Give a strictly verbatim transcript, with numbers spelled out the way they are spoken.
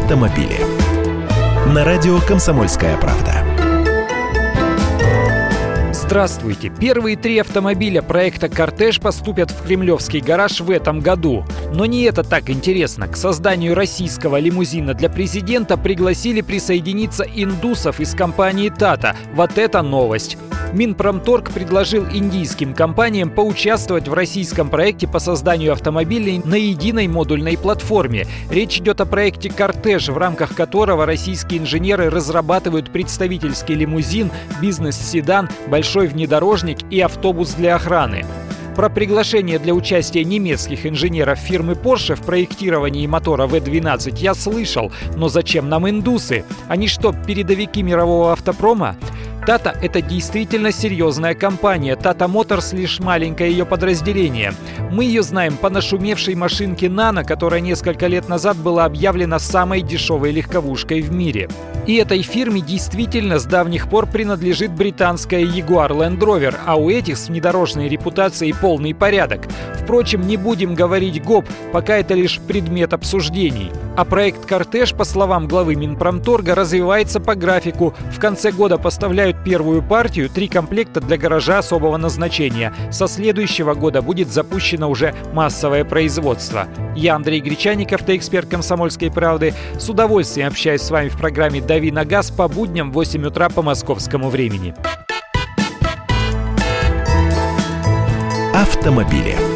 автомобили. На радио «Комсомольская правда». Здравствуйте! Первые три автомобиля проекта «Кортеж» поступят в Кремлевский гараж в этом году. Но не это так интересно. К созданию российского лимузина для президента пригласили присоединиться индусов из компании «Тата». Вот это новость! Минпромторг предложил индийским компаниям поучаствовать в российском проекте по созданию автомобилей на единой модульной платформе. Речь идет о проекте «Кортеж», в рамках которого российские инженеры разрабатывают представительский лимузин, бизнес-седан, большой внедорожник и автобус для охраны. Про приглашение для участия немецких инженеров фирмы Porsche в проектировании мотора вэ двенадцать я слышал, но зачем нам индусы? Они что, передовики мирового автопрома? Тата – это действительно серьезная компания. Tata Motors – лишь маленькое ее подразделение. Мы ее знаем по нашумевшей машинке Nano, которая несколько лет назад была объявлена самой дешевой легковушкой в мире. И этой фирме действительно с давних пор принадлежит британская Jaguar Land Rover, а у этих с внедорожной репутацией полный порядок. Впрочем, не будем говорить гоп, пока это лишь предмет обсуждений. А проект «Кортеж», по словам главы Минпромторга, развивается по графику. В конце года поставляют первую партию, три комплекта для гаража особого назначения. Со следующего года будет запущено уже массовое производство. Я, Андрей Гречаник, автоэксперт «Комсомольской правды». С удовольствием общаюсь с вами в программе «Дави на газ» по будням в восемь утра по московскому времени. Автомобили.